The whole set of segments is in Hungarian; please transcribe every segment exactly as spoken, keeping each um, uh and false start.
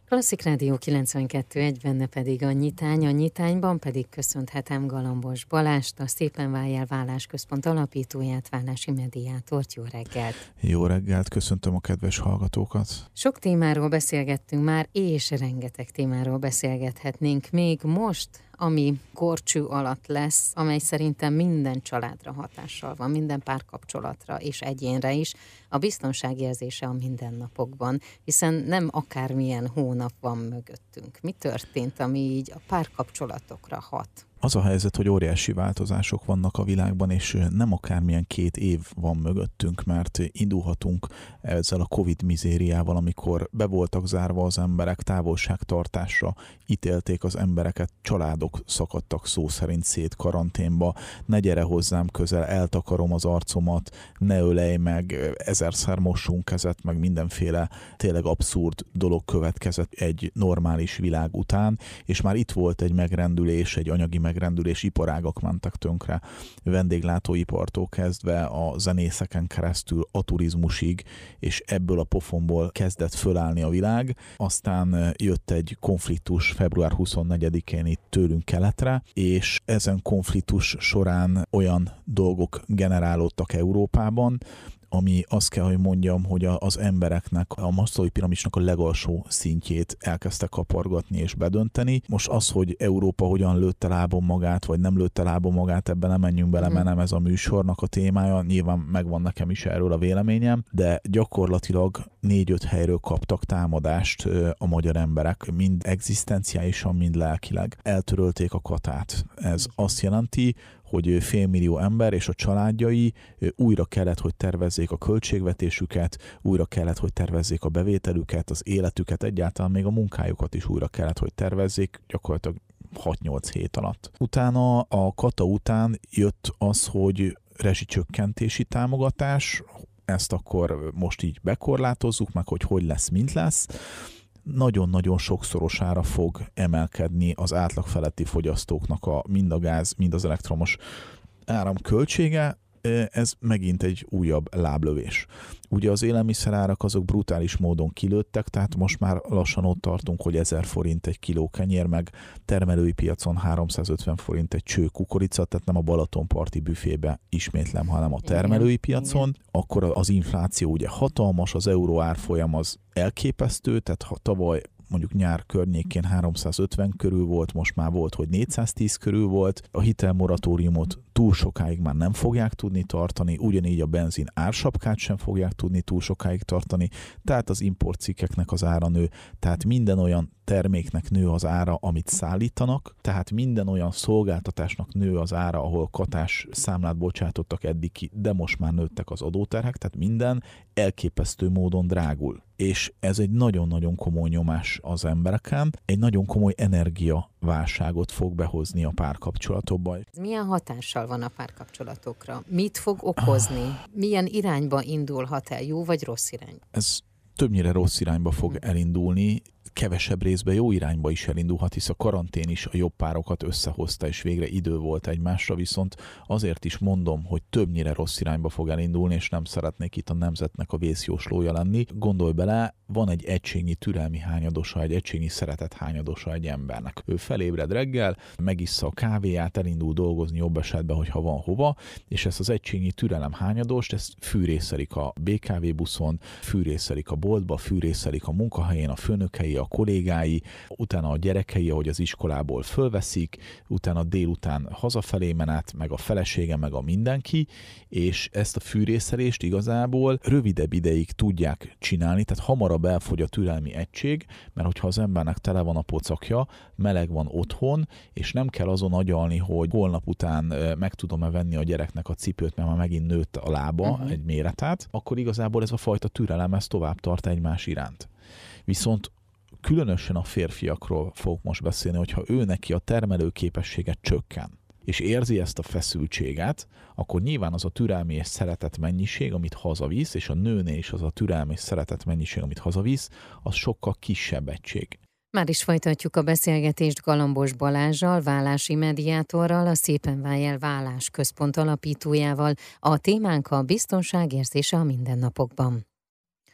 Klasszik Rádió kilencvenkettő egy, benne pedig a nyitány, a nyitányban pedig köszönhetem Galambos Balást, a Szépen váljál Válásközpont alapítóját, válási mediátort. Jó reggelt! Jó reggelt, köszöntöm a kedves hallgatókat! Sok témáról beszélgettünk már, és rengeteg témáról beszélgethetnénk még most, ami górcső alatt lesz, amely szerintem minden családra hatással van, minden párkapcsolatra és egyénre is, a biztonságérzése a mindennapokban, hiszen nem akármilyen hónap van mögöttünk. Mi történt, ami így a párkapcsolatokra hat? Az a helyzet, hogy óriási változások vannak a világban, és nem akármilyen két év van mögöttünk, mert indulhatunk ezzel a Covid mizériával, amikor be voltak zárva az emberek, távolságtartásra ítélték az embereket, családok szakadtak szó szerint szét karanténba, ne gyere hozzám közel, eltakarom az arcomat, ne ölej meg, ezerszer mossunk kezet, meg mindenféle tényleg abszurd dolog következett egy normális világ után, és már itt volt egy megrendülés, egy anyagi megrendülés, iparágak mentek tönkre, vendéglátóipartól kezdve a zenészeken keresztül a turizmusig, és ebből a pofonból kezdett fölállni a világ. Aztán jött egy konfliktus február huszonnegyedikén itt tőlünk keletre, és ezen konfliktus során olyan dolgok generálódtak Európában, ami azt kell, hogy mondjam, hogy az embereknek a Maslow'i piramisnak a legalsó szintjét elkezdte kapargatni és bedönteni. Most az, hogy Európa hogyan lőtte lábon magát, vagy nem lőtte lábon magát, ebben nem menjünk bele, mert nem ez a műsornak a témája. Nyilván megvan nekem is erről a véleményem, de gyakorlatilag négy-öt helyről kaptak támadást a magyar emberek, mind egzisztenciálisan, mind lelkileg. Eltörölték a katát. Ez azt jelenti, hogy félmillió ember és a családjai újra kellett, hogy tervezzék a költségvetésüket, újra kellett, hogy tervezzék a bevételüket, az életüket, egyáltalán még a munkájukat is újra kellett, hogy tervezzék, gyakorlatilag hat-nyolc hét alatt. Utána, a kata után jött az, hogy rezsicsökkentési támogatás, ezt akkor most így bekorlátozzuk meg, hogy hogy lesz, mint lesz. Nagyon-nagyon sokszorosára fog emelkedni az átlag feletti fogyasztóknak a, mind a gáz, mind az elektromos áram költsége. Ez megint egy újabb láblövés. Ugye az élelmiszerárak azok brutális módon kilőttek, tehát most már lassan ott tartunk, hogy ezer forint egy kiló kenyér, meg termelői piacon háromszázötven forint egy cső kukorica, tehát nem a Balatonparti büfébe ismétlem, hanem a termelői piacon. Igen. Akkor az infláció ugye hatalmas, az euró árfolyam az elképesztő, tehát ha tavaly mondjuk nyár környékén háromszázötven körül volt, most már volt, hogy négyszáztíz körül volt. A hitelmoratóriumot túl sokáig már nem fogják tudni tartani, ugyanígy a benzin ársapkát sem fogják tudni túl sokáig tartani, tehát az importcikkeknek az ára nő, tehát minden olyan terméknek nő az ára, amit szállítanak, tehát minden olyan szolgáltatásnak nő az ára, ahol katás számlát bocsátottak eddig ki, de most már nőttek az adóterhek, tehát minden elképesztő módon drágul. És ez egy nagyon-nagyon komoly nyomás az embereken, egy nagyon komoly energiaválságot fog behozni a párkapcsolatokba. Milyen hatással van a párkapcsolatokra? Mit fog okozni? Milyen irányba indulhat el? Jó vagy rossz irány? Ez többnyire rossz irányba fog elindulni, kevesebb részben jó irányba is elindulhat, hisz a karantén is a jobb párokat összehozta, és végre idő volt egymásra, viszont azért is mondom, hogy többnyire rossz irányba fog elindulni, és nem szeretnék itt a nemzetnek a vészjóslója lenni. Gondolj bele, van egy egységnyi türelmi hányadosa, egy egységnyi szeretet hányadosa egy embernek. Ő felébred reggel, megissza a kávéját, elindul dolgozni jobb esetben, hogyha van hova, és ezt az egységnyi türelem hányadost, ezt fűrészelik a bé ká vé buszon, fűrészelik a boltba, fűrészelik a munkahelyén, a főnökei, a kollégái, utána a gyerekei, ahogy az iskolából fölveszik, utána délután hazafelé menet, meg a felesége, meg a mindenki, és ezt a fűrészelést igazából rövidebb ideig tudják csinálni, tehát hamarabb elfogy a türelmi egység, mert hogyha az embernek tele van a pocakja, meleg van otthon, és nem kell azon agyalni, hogy holnap után meg tudom-e venni a gyereknek a cipőt, mert már megint nőtt a lába uh-huh. egy méretát, akkor igazából ez a fajta türelem, ez tovább tart egymás iránt. Viszont különösen a férfiakról fogok most beszélni, hogyha ő neki a termelőképessége csökken, és érzi ezt a feszültséget, akkor nyilván az a türelmi és szeretet mennyiség, amit hazavisz, és a nőnél is az a türelmi és szeretet mennyiség, amit hazavisz, az sokkal kisebb egység. Már is folytatjuk a beszélgetést Galambos Balázssal, válási mediátorral, a Szépen váljál Válásközpont alapítójával. A témánk a biztonságérzése a mindennapokban.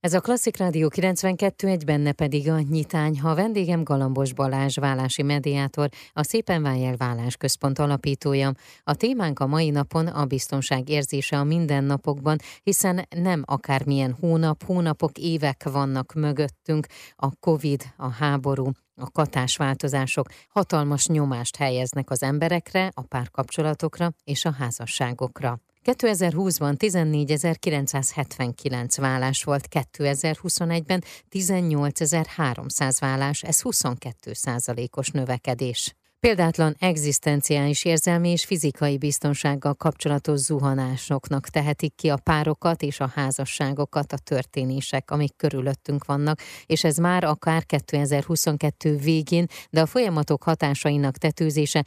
Ez a Klasszik Rádió kilencvenkettő, egy benne pedig a nyitány. A vendégem Galambos Balázs, vállási mediátor, a Szépen Válj el Vállásközpont alapítója. A témánk a mai napon a biztonság érzése a mindennapokban, hiszen nem akármilyen hónap, hónapok, évek vannak mögöttünk. A Covid, a háború, a katásváltozások hatalmas nyomást helyeznek az emberekre, a párkapcsolatokra és a házasságokra. kétezer-húszban tizennégyezer-kilencszázhetvenkilenc vállás volt, kétezer-huszonegyben tizennyolcezer-háromszáz vállás, ez huszonkettő százalékos növekedés. Példátlan egzisztenciális érzelmi és fizikai biztonsággal kapcsolatos zuhanásoknak tehetik ki a párokat és a házasságokat a történések, amik körülöttünk vannak, és ez már akár kétezer-huszonkettő végén, de a folyamatok hatásainak tetőzése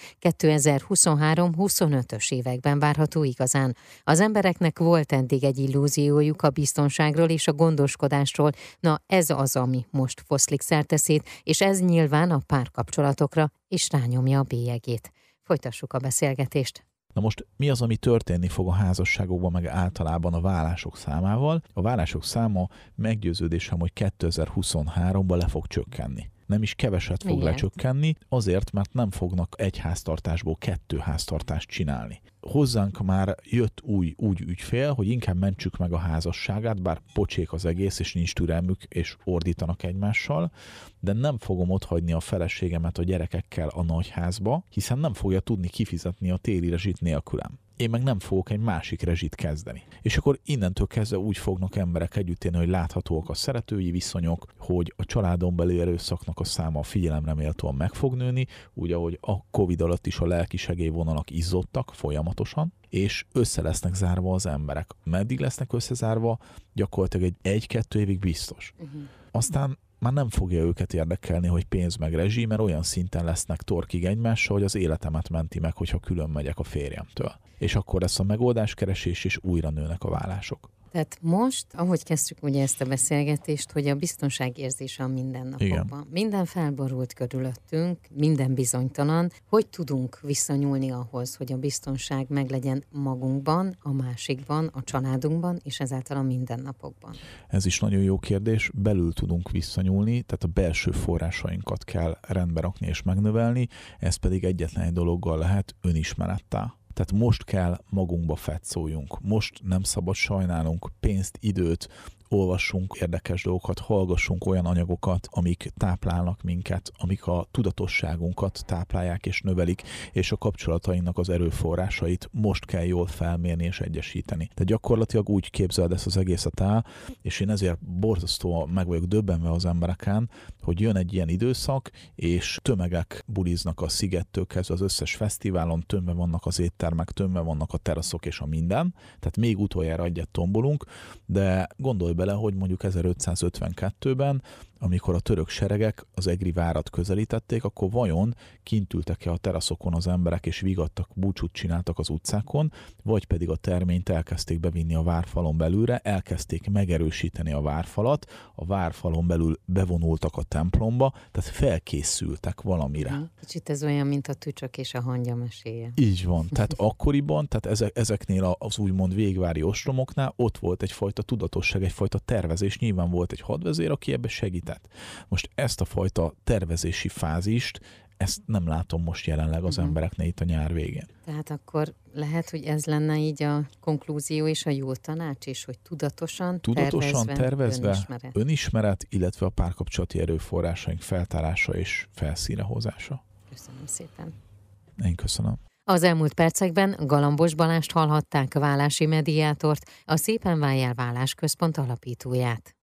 kétezer-huszonhárom-huszonötös években várható igazán. Az embereknek volt eddig egy illúziójuk a biztonságról és a gondoskodásról, na ez az, ami most foszlik szerteszét, és ez nyilván a párkapcsolatokra is rányomja a bélyegét. Folytassuk a beszélgetést. Na most mi az, ami történni fog a házasságokban, meg általában a vállások számával? A vállások száma meggyőződésem, hogy kétezer-huszonháromban le fog csökkenni. Nem is keveset fog Miért? lecsökkenni, azért, mert nem fognak egy háztartásból kettő háztartást csinálni. Hozzánk már jött új úgy ügyfél, hogy inkább mentsük meg a házasságát, bár pocsék az egész, és nincs türelmük, és ordítanak egymással, de nem fogom otthagyni a feleségemet a gyerekekkel a nagyházba, hiszen nem fogja tudni kifizetni a téli rezsit nélkülem. Én meg nem fogok egy másik rezsit kezdeni. És akkor innentől kezdve úgy fognak emberek együtt élni, hogy láthatóak a szeretői viszonyok, hogy a családon belül erőszaknak a száma figyelemre méltóan meg fog nőni, úgy ahogy a Covid alatt is a lelki segélyvonalak izzottak folyamatosan, és össze lesznek zárva az emberek. Meddig lesznek összezárva? Gyakorlatilag egy egy-kettő évig biztos. Uh-huh. Aztán már nem fogja őket érdekelni, hogy pénz meg rezsi, mert olyan szinten lesznek torkig egymással, hogy az életemet menti meg, hogyha külön megyek a férjemtől. És akkor lesz a megoldáskeresés, és újra nőnek a vállások. Tehát most, ahogy kezdtük ugye ezt a beszélgetést, hogy a biztonságérzése a mindennapokban. Igen. Minden felborult körülöttünk, minden bizonytalan. Hogy tudunk visszanyúlni ahhoz, hogy a biztonság meglegyen magunkban, a másikban, a családunkban, és ezáltal a mindennapokban? Ez is nagyon jó kérdés. Belül tudunk visszanyúlni, tehát a belső forrásainkat kell rendbe rakni és megnövelni, ez pedig egyetlen egy dologgal lehet: önismerettel. Tehát most kell magunkba fetszoljunk. Most nem szabad sajnálnunk pénzt, időt, olvassunk érdekes dolgokat, hallgassunk olyan anyagokat, amik táplálnak minket, amik a tudatosságunkat táplálják és növelik, és a kapcsolatainknak az erőforrásait most kell jól felmérni és egyesíteni. De gyakorlatilag úgy képzeld ezt az egészet el, és én ezért borzasztóan meg vagyok döbbenve az embereken, hogy jön egy ilyen időszak, és tömegek buliznak a Szigettől kezdve az összes fesztiválon, tömve vannak az éttermek, tömve vannak a teraszok és a minden, tehát még utoljára egyet tombolunk, de gondolj bele, hogy mondjuk ezerötszázötvenkettőben, amikor a török seregek az egri várat közelítették, akkor vajon kint ültek-e a teraszokon az emberek, és vigadtak, búcsút csináltak az utcákon, vagy pedig a terményt elkezdték bevinni a várfalon belülre, elkezdték megerősíteni a várfalat, a várfalon belül bevonultak a templomba, tehát felkészültek valamire. Kicsit ez olyan, mint a Tücsök és a hangya meséje. Így van. Tehát akkoriban, tehát ezek, ezeknél az úgymond végvári ostromoknál ott volt egyfajta tudatosság, egyfajta tervezés. Nyilván volt egy hadvezér, aki ebbe segített. Most ezt a fajta tervezési fázist, ezt nem látom most jelenleg az uh-huh. embereknél itt a nyár végén. Tehát akkor lehet, hogy ez lenne így a konklúzió és a jó tanács is, hogy tudatosan, tudatosan tervezve, tervezve önismeret. önismeret, illetve a párkapcsolati erőforrásaink feltárása és felszínre hozása. Köszönöm szépen. Én köszönöm. Az elmúlt percekben Galambos Balást hallhatták, vállási mediátort, a Szépen Válj el Vállásközpont alapítóját.